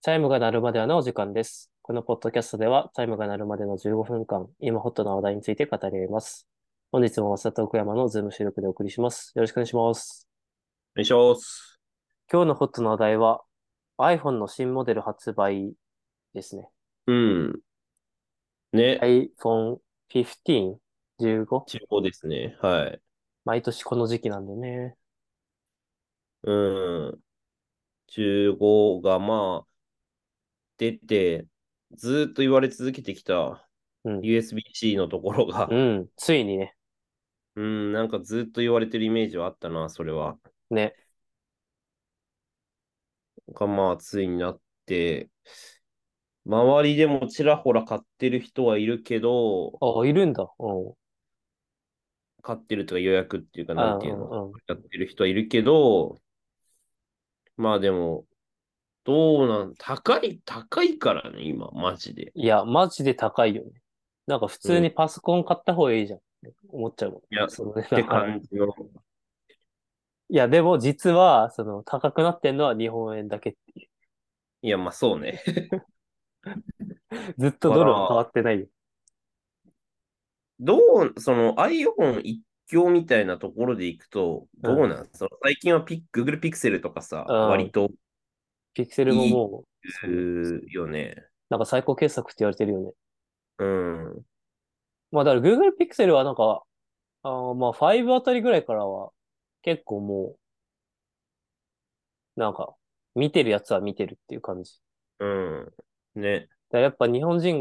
チャイムが鳴るまでのお時間です。このポッドキャストでは、チャイムが鳴るまでの15分間、今ホットな話題について語り合います。本日も増田と奥山のズーム収録でお送りします。よろしくお願いします。 お願いします。 今日のホットな話題は、iPhone の新モデル発売ですね。 うん。ね。 iPhone 15、15? 地方ですね。はい。 毎年この時期なんでね。 うん。15がまあ、出て、ずーっと言われ続けてきたうん。 USB-C のところが、 うん。ついにね。 うん、なんかずーっと言われてるイメージはあったな、それは。 ね。 がまあ、ついになって、周りでもちらほら買ってる人はいるけど、 あ、いるんだ。うん。 買ってるとか予約っていうか、 あ、 なんていうの、 うんうん。 やってる人はいるけど、まあでも、どう高いからね、今、マジで。 いや、マジで高いよね。なんか普通うん。 にパソコン買った方がいいじゃん。思っちゃうもん。 いや、っその値段て払う。 感じの。 いや、でも実は、高くなってんのは日本円だけっていいや、まあそうね。 う。ずっとだかドルは変わら、 ってないよ。 どその iPhone 一強みたいなところでいくと、 うん。 どうなんその最近はGoogle Pixel とかさ、 うん。 割とピクセルもいいもう、そう。 よね。 なんか最高傑作って言われてるよね。 うん。 まあだから Google Pixel はなんか、まあ5あたりぐらいからは、結構もう、なんか、見てるやつは見てるっていう感じ。 うん。ね。 だからやっぱ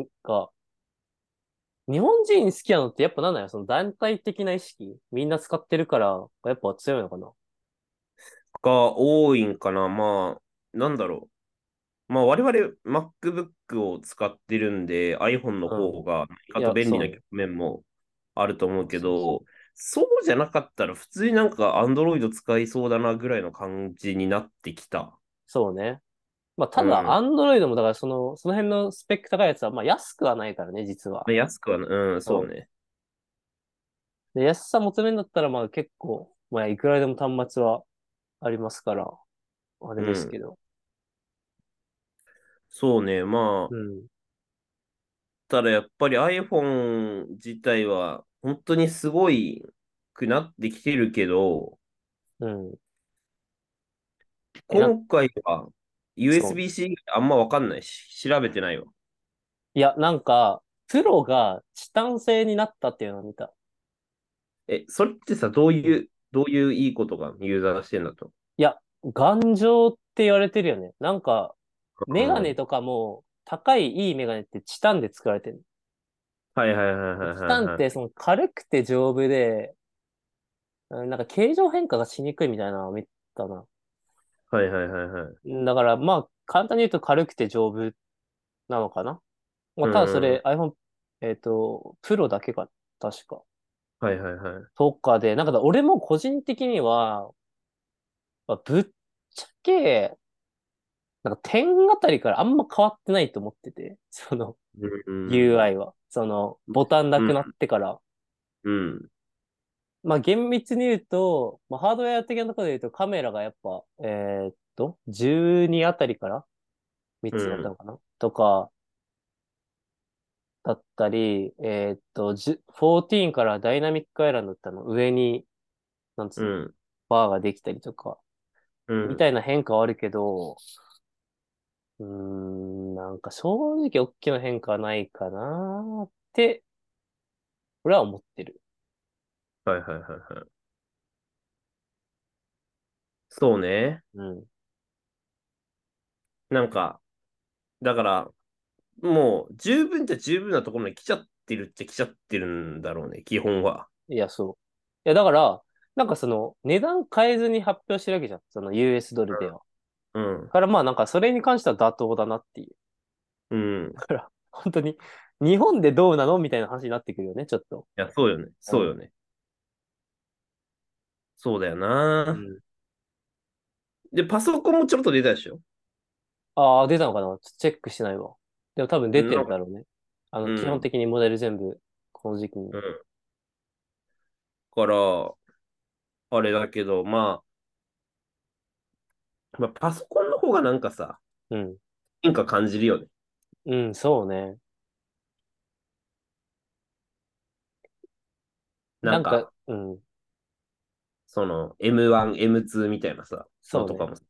日本人好きなのってやっぱなんだよ、その団体的な意識、みんな使ってるから、やっぱ強いのかな。 が多いんかな。まあ、なんだろう。まあ我々 MacBook を使ってるんで iPhone のうん。 方が何いや、 かと便利そうね。 な局面もあると思うそうそうそう。 けど、そうじゃなかったら普通になんか Android 使いそうだなぐらいの感じになってきた。 そうね。まあ、ただ、 うん。 アンドロイドも、だからその辺のスペック高いやつは、まあ、安くはないからね、実は。 安くはな、うん、そううん。 ね。 で、安さ求めるんだったら、まあ、結構、まあ、いくらでも端末はありますから、あれうん。 ですけど。 そうね。まあ、 うん。 ただやっぱり iPhone 自体は本当にすごいくなってきてるけど、 うん。 今回はそう。 USB-C あんまわかんないし、調べてないわ。 いや、なんか、プロがチタン製になったっていうのを見た。 それってさ、 うん。 どういういいことがユーザーしてんだと。 いや、頑丈って言われてるよね。なんか、メガネうん。 とかも、高いいいメガネってチタンで作られてる。 はいはいはいはいチタンってはいはい。 その軽くて丈夫で、なんか形状変化がしにくいみたいなのを見たな。 はいはいはいはい。 だからまあ、簡単に言うと軽くて丈夫なのかな。まあ、 うただそれん。 iPhone、プロだけか、確か。 はいはいはい。 とかで、なんか俺も個人的には、まあ、ぶっちゃけ、なんか点あたりからあんま変わってないと思ってて、 うん。 UI は。ボタンなうん。 くなってから。 うん。 まあ、厳密に言うと、まあ、ハードウェア的なところで言うとカメラがやっぱ、12あたりから3つになったうん。 のかなとか、だったり、14からダイナミックアイランドって上に、なんつうの、 うん。 バーができたりとか、 うん。 みたいな変化はあるけど、なんか正直大きな変化はないかなって、俺は思ってる。 はいはいはいはい。そうね。 うん。 なんか、だから、もう十分じゃ十分なところに来ちゃってるっちゃ来ちゃってるんだろうね、基本は。 いや、そう。いや、だから、なんか値段変えずに発表してるわけじゃん。その US ドルでは。 うん。 だからまあなんかそれに関しては妥当だなっていう。 うん。いだから、本当に、日本でどうなのみたいな話になってくるよね、ちょっと。 や、そうよね。 うん。 そうよね。そうだよな。 うん。 で、パソコンもちょろっと出たでしょ。 ああ、出たのかなちょっとチェックしてないわ。でも多分出てなんか、 るだろうね。基本うん。 的にモデル全部、この時期に。 うん。から、あれだけど、まあ、パソコンの方がなんかさ、 うん。 変化感じるよね。 うん、そうね。なんか、 なんか、 うん、 その M1、M2 みたいなさ、のそうね。 とかも。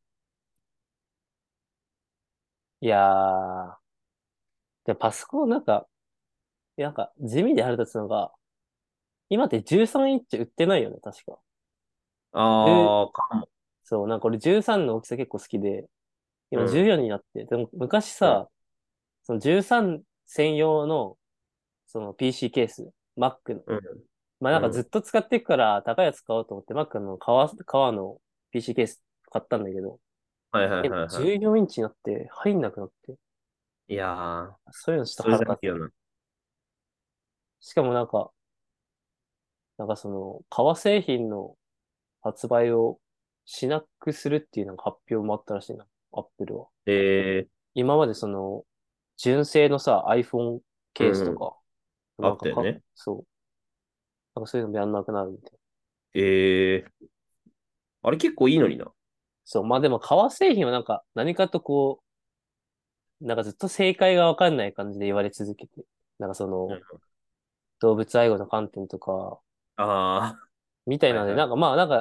いやー、で、パソコン地味で腹立つのが、今って13インチ売ってないよね、確か。10 ああ、かも。 そう、なんか俺13の大きさ結構好きで、今うん。 14になって、でも昔うん。 さ、その13専用のその PC ケース、Mac の。 うん。 まあなんかずっうん。 と使っていくから高いやつ買おうと思って Mac の革の PC ケース買ったんだけど、 はいはいはいは 14インチになって入んなくなって、 い。いやー、 そういうのちょっとそれ腹立つね。 だけよな。 しかもなんかその、革製品の発売をしなくするっていうなんか発表もあったらしいな、Apple は。 え今までその、純正のさ、iPhone うん。 ケースとか、 あなんかか、 ったよね。 そう、なんかそういうのもやんなくなるみたいな。 えあれ結構いいのにな。 そう、まあでも革製品はなんか何かとこう、なんかずっと正解がわかんない感じで言われ続けて、なんかその、 うん。 動物愛護の観点とか、 あみたあ、 いなんで、 はいはい。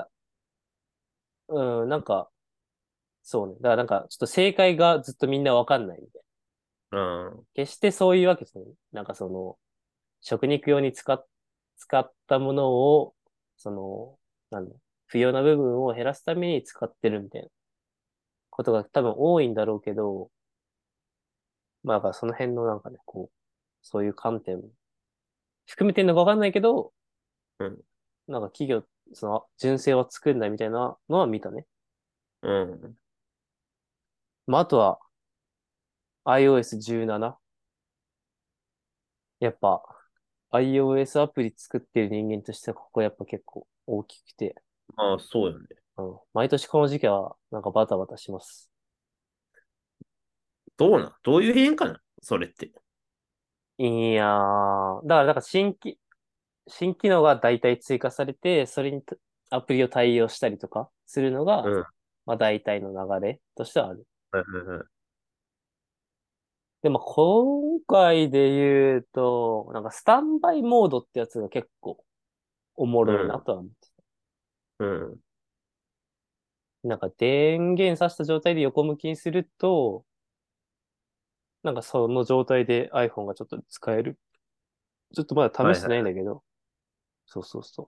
なんか、そうね。だからなんか、ちょっと正解がずっとみんなわかんないみたいな。 うん。 決してそういうわけですね。なんかその、食肉用に使ったものを、その、なんだ、不要な部分を減らすために使ってるみたいなことが多分多いんだろうけど、まあ、だからその辺のなんかね、こう、そういう観点含めてんのかわかんないけど、 うん。 なんか企業、その、純正は作んないみたいなのは見たね。 うん。 まあ、あとは iOS17。やっぱ iOS アプリ作ってる人間としてはここやっぱ結構大きくて、 まあ、そうよね。 うん、毎年この時期はなんかバタバタします。 どういう変化なのそれって。 いやー、だからなんか新機能が大体追加されて、それにアプリを対応したりとかするのが、 うん。はいまあ大体の流れとしてはある。 はいはい。 でも今回で言うと、なんかスタンバイモードってやつが結構おもろいなうん。 とは思ってた。 うん。 なんか電源さした状態で横向きにすると、なんかその状態で iPhone がちょっと使える。ちょっとまだ試してはいはい。 ないんだけど、そうそうそう。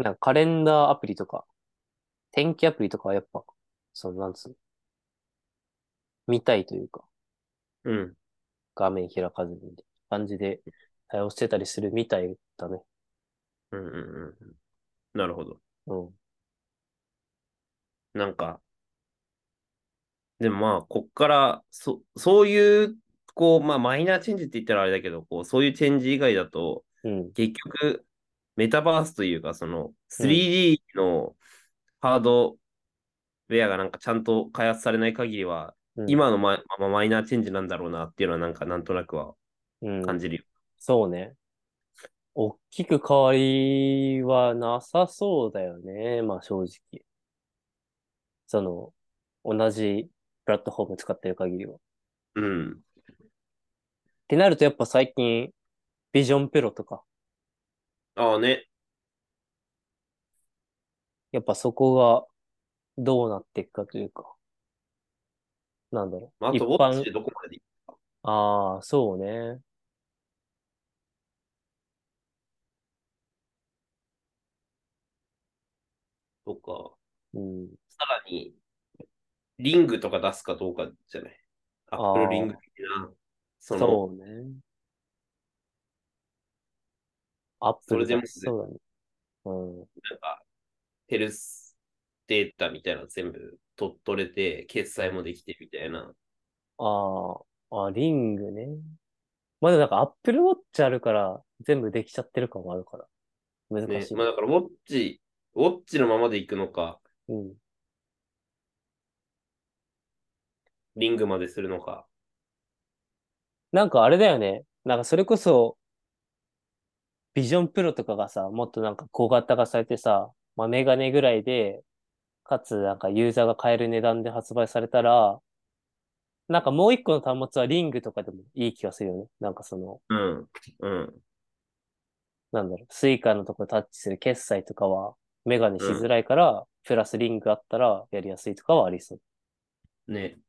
なんかカレンダーアプリとか、天気アプリとかはやっぱ、そのなんつうの、見たいというか、 うん。 画面開かずにみたいな感じで対応してたりするみたいだね。 うんうんうんうん。なるほど。 うん。 なんか、でもまあ、こっから、そういう、こう、まあ、マイナーチェンジって言ったらあれだけど、こう、そういうチェンジ以外だと、 うん。 結局、メタバースというか、その、 うん。 3D のハードウェアがなんかちゃんと開発されない限りは、 うん。 今のマイナーチェンジなんだろうなっていうのは、なんか、なんとなくはうん。 感じるよ。 そうね。大きく変わりはなさそうだよね。まあ正直。その、同じプラットフォーム使ってる限りは。っうん。 てなるとやっぱ最近、ビジョンプロとか、 ああね。 やっぱそこがどうなっていくかというか、なんだろう。 まああと、ウォッチ一般、 でどこまでいいああ、そうね。 とか、 うん。 さらに、リングとか出すかどうかじゃない。アップルリングああ、 的な、その、 そうね。アップそれル出でもう、 しそうだね。うん。 なんか、ヘルスデータみたいなの全部取れて、決済もできてみたいな。 リングね。まだなんかアップルウォッチあるから全部できちゃってる感もあるから難ね。 しい。 まあだから、ウォッチのままでいくのか、 うん。 リングまでするのか。 なんかあれだよね。なんかそれこそビジョンプロとかがさ、もっとなんか小型化されてさ、まあメガネぐらいで、かつなんかユーザーが買える値段で発売されたら、 なんかもう一個の端末はリングとかでもいい気がするよね。なんかその、 うん。うん。 なんだろう、スイカのとこタッチする決済とかはメガネうん。 しづらいから、プラスリングあったらやりやすいとかはありそう。 ね。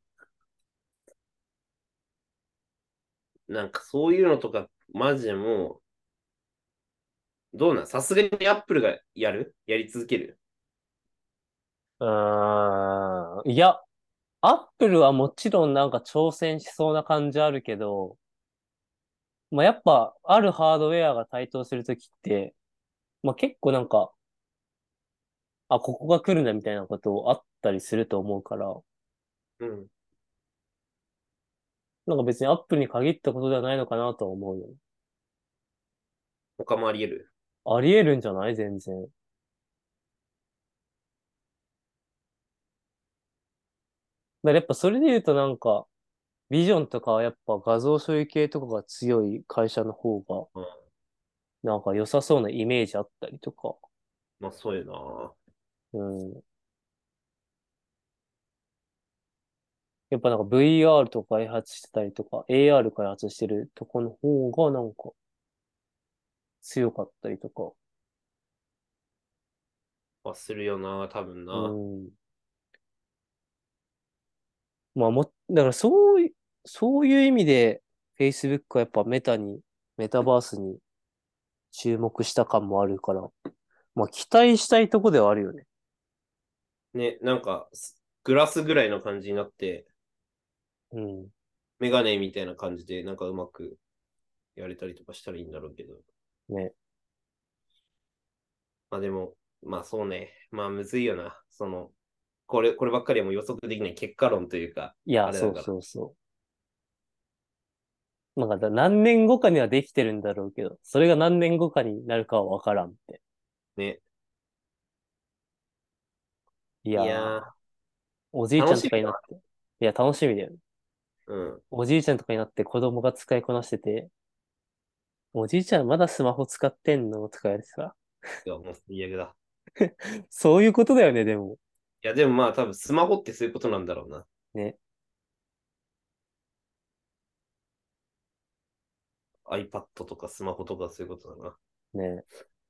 なんかそういうのとか、マジでもう、どうなんさすがにアップルがやり続ける？ いや、アップルはもちろんなんか挑戦しそうな感じあるけど、まあ、やっぱあるハードウェアが台頭するときって、まあ、結構なんか、あ、ここが来るんだみたいなことあったりすると思うから、 うん。 なんか別にアップルに限ったことではないのかなとは思うよ。 他もあり得る。 あり得るんじゃない全然。だからやっぱそれで言うとなんか、ビジョンとかはやっぱ画像処理系とかが強い会社の方が、 うん。 なんか良さそうなイメージあったりとか。 まあそうようん。やっぱなんか VR とか開発してたりとか、AR 開発してるとこの方がなんか強かったりとか。 な。するよな、多分うな。 ん。まあだからそういう意味で Facebook はやっぱメタバースに注目した感もあるから、まあ期待したいとこではあるよね。 ね、なんか、グラスぐらいの感じになって、 うん。 メガネみたいな感じで、なんかうまくやれたりとかしたらいいんだろうけど。 ね。 まあでも、まあそうね。まあむずいよな。こればっかりはもう予測できない結果論というか、 いや、そうあれだから。 そうそう。なんか何年後かにはできてるんだろうけど、それが何年後かになるかはわからんって。 ね。 いやー、 いやおじいー、 ちゃんと楽しみだな。 かになって。いや、楽しみだよね。 うん。 おじいちゃんとかになって子供が使いこなしてて、おじいちゃんまだスマホ使ってんのとか言われてさ。 いや、もう最悪だ。 そういうことだよね、でも。 いや、でもまあ多分スマホってそういうことなんだろうな。 ね。 iPad とかスマホとかそういうことだな。 ね。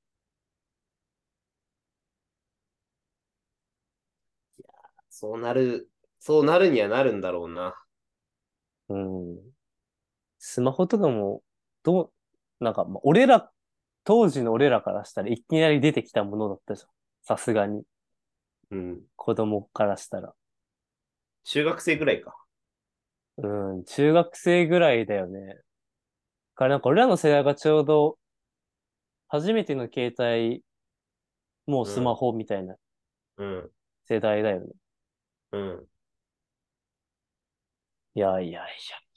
そうなる、そうなるにはなるんだろうな。 うん。スマホとかも、なんか、まあ当時の俺らからしたらいきなり出てきたものだったじゃん。さすがに。 うん。 子供からしたら。 中学生ぐらいか。 うん、中学生ぐらいだよね。からなんか俺らの世代がちょうど初めての携帯、もうスマうん。 ホみたいなうん。 世代だよね。 うん。 いやいやい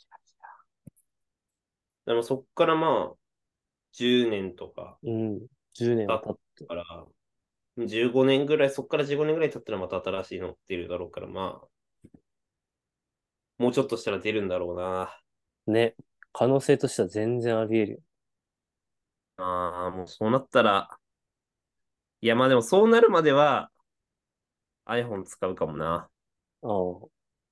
でもそっからまあ、10年とかや。うん。10年経っは経って。 たから、15年ぐらい、そっから15年ぐらい経ったらまた新しいの出るだろうから、まあ、もうちょっとしたら出るんだろうな。 ね。可能性としては全然あり得るああ、もうそうなったら、いやまあでもそうなるまでは iPhone 使うかもな。 よ。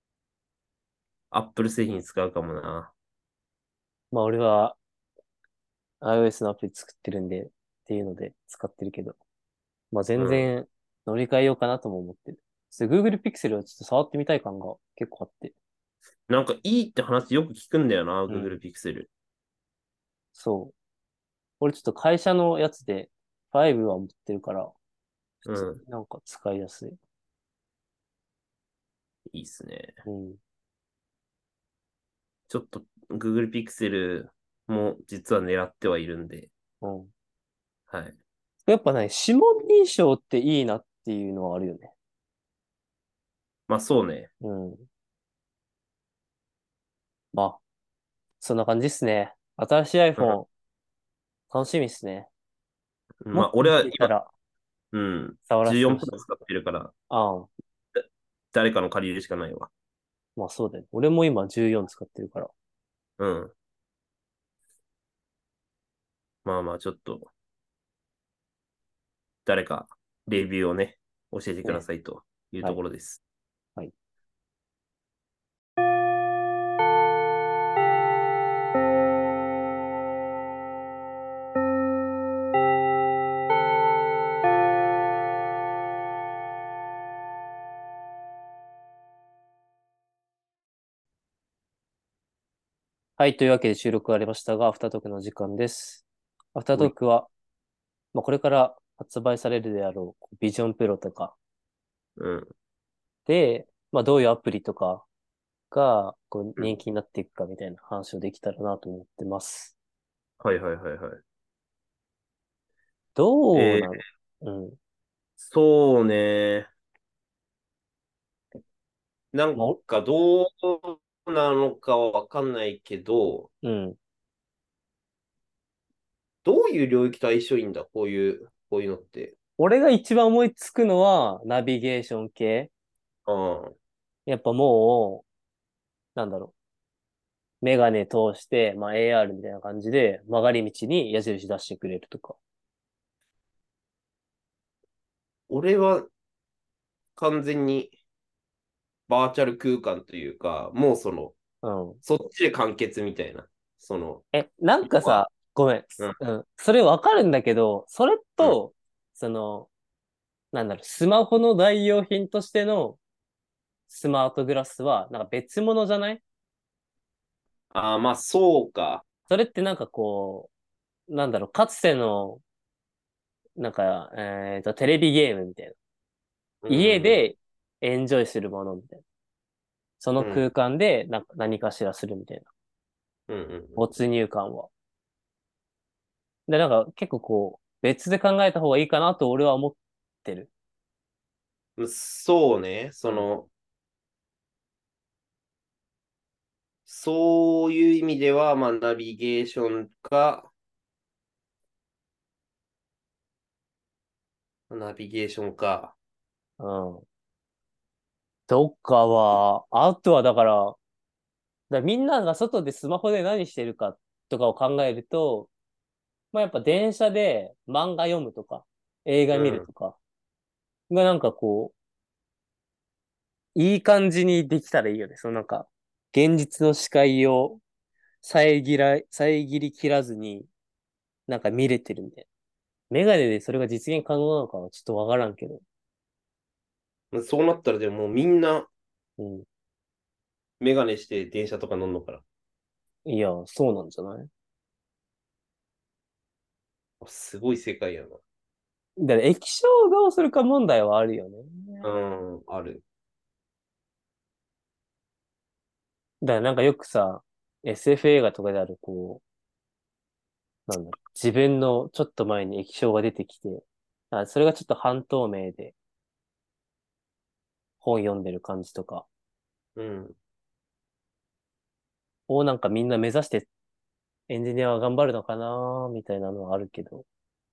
Apple 製品使うかもな。 まあ俺は iOS のアプリ作ってるんでっていうので使ってるけど。まあうん。 全然乗り換えようかなとも思ってる。Google Pixel はちょっと触ってみたい感が結構あって。 なんかいいって話よく聞くんだよな、 うん。 Google Pixel。 そう。俺ちょっと会社のやつで5は持ってるから、普通うん。 になんか使いやすい。 いいっすね。 うん。 ちょっと Google Pixel も実は狙ってはいるんで。 うん。 はい。 やっぱね、指紋認証っていいなっていうのはあるよね。 まあそうね。 うん。まあ、そんな感じですね。新しい iPhone 楽しみですね。もまあっと俺は今、 出たらうん、 触らせて 14 ほしい。 プラス使ってるから、 ああ、 誰かの借りるしかないわ。 まあそうだよね。俺も今14使ってるから。 うん。まあまあちょっと、誰かレビューをね、教えてくだね。 さいというはい。 ところです。 はい。 はい、というわけで収録がありましたが、アフタートークの時間です。アフターおい。 トークは、まあ、これから発売されるであろう、ビジョンプロとかうん。 で、まあ、どういうアプリとかがこううん。 人気になっていくかみたいな話をできたらなと思ってます。 はいはいはいはい。 どうなの？うん。 そうね。なんまあ、 かどうなのかはわかんないけど、 うん。 どういう領域と相性いいんだこういうのって。 俺が一番思いつくのは、ナビゲーション系。 ああ。 やっぱもう、なんだろメガネ通して、まあ、AR みたいな感じで、曲がり道に矢印出してくれるとか。 俺は完全にバーチャル空間というか、もううん。 そっちで完結みたいな。 なんか要は、 さ、ごめん。 うん、 うん。それわかるんだけど、それうん。 と、スマホの代用品としてのスマートグラスは、なんか別物じゃない？ ああ、まあそうか。 それってかつての、テレビゲームみたいな。 うんうんうん。 家でエンジョイするものみたいな。その空うん、 間で何かしらするみたいな。 うん、うん。 没入感は。で、なんか結構別で考えた方がいいかなと俺は思ってる。 うん。そうね。 うん。 そういう意味では、まあ、ナビゲーションか、ナビゲーションか。 うん。とかは、あとはだからみんなが外でスマホで何してるかとかを考えると、まあやっぱ電車で漫画読むとか、映画見るうん。 とかがいい感じにできたらいいよね。現実の視界を遮り切らずに、なんか見れてるみたいな。メガネでそれが実現可能なのかはちょっとわからんけど。 そうなったらでももうみんなうん。 メガネして電車とか乗んのから。 いや、そうなんじゃない？ すごい世界やな。 だから液晶をどうするか問題はあるよね。 うん、ある。 だからなんかよくさ、SF 映画とかである、自分のちょっと前に液晶が出てきて、それがちょっと半透明で本読んでる感じとかうん。 をなんかみんな目指してエンジニアは頑張るのかなみたいなのはあるけど。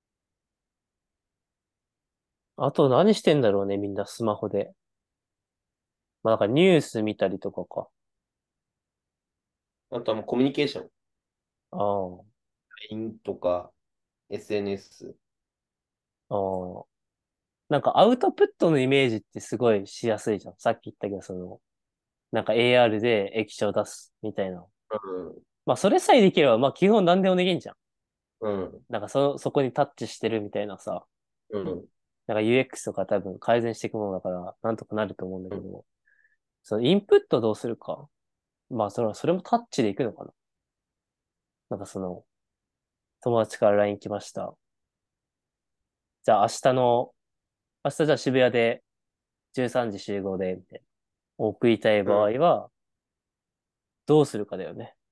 あと何してんだろうね、みんなスマホで。まあなんかニュース見たりとかか。 あとはもうコミュニケーション。 ああ、 LINE とか SNS。 ああ。なんかアウトプットのイメージってすごいしやすいじゃん。さっき言ったけど、なんか AR で液晶出すみたいな。 うん。 まあそれさえできれば、まあ基本何でもできんじゃん。 うん。 なんかそこにタッチしてるみたいなさ。 うん。 なんか UX とか多分改善していくものだから、なんとかなると思うんだうん。 けど、そのインプットどうするか。まあそれもタッチでいくのかな。なんか友達から LINE 来ました。じゃあ明日じゃあ渋谷で13時集合で、みたいな。送りたい場合うん。 は、どうするかだよね。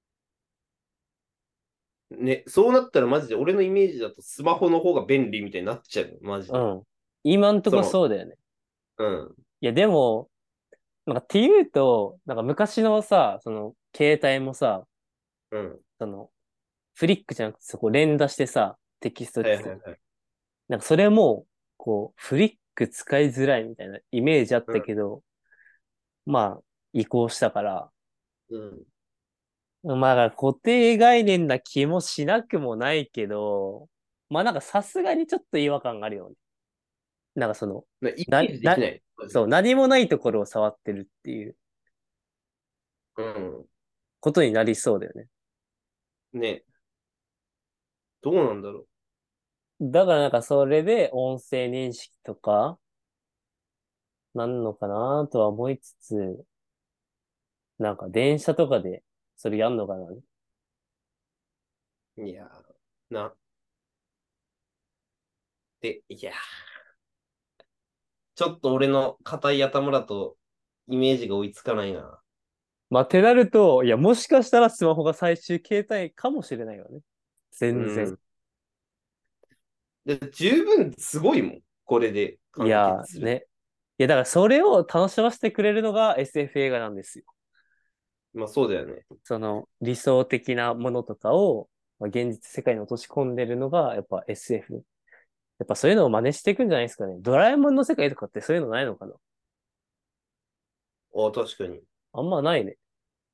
ね、そうなったらマジで俺のイメージだとスマホの方が便利みたいになっちゃうよ。マジで。 うん。今んとこその、 そうだよね。 うん。 いや、でも、なんかっていうと、なんか昔のさ、携帯もさ、 うん。 その、フリックじゃなくて連打してさ、テキストはい打つと。 はいはい。 なんかそれも、フリック使いづらいみたいなイメージあっうん。 たけど、まあ、移行したから、 うん。 まあ、固定概念な気もしなくもないけど、まあなんかさすがにちょっと違和感があるよね。なんかイメな、な、 ージできない。マジそう、 で。 何もないところを触ってるっていううん。 ことになりそうだよね。 ね。どうなんだろだからなんかそれで音声認識とかなんのかなとは思いつつ、なんか電車とかでそれやんのかな。 いやー、いやー、ちょっと俺の硬い頭だとイメージが追いつかないな。 まあ、てなると、いや、もしかしたらスマホが最終形態かもしれないよね。 う全然。 ん。で、十分すごいもん。これで完いや、 結する。 ね。いや、だからそれを楽しませてくれるのが SF 映画なんですよ。 まあそうだよね。 その理想的なものとかを、まあ、現実世界に落とし込んでるのがやっぱ SF。やっぱそういうのを真似していくんじゃないですかね。ドラえもんの世界とかってそういうのないのかな。 ああ、確かに。 あんまないね。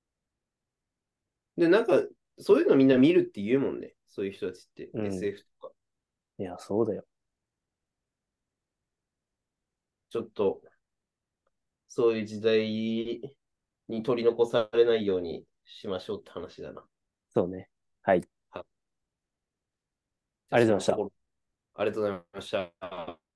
で、なんか、そういうのみんな見るって言うもんね。そういう人たちって。 うん。 SF とか。 いや、そうだよ。 ちょっと、そういう時代に取り残されないようにしましょうって話だな。 そうね。はい。 はい。じゃあ、 ありがとうございました。 そんなところ、ありがとうございました。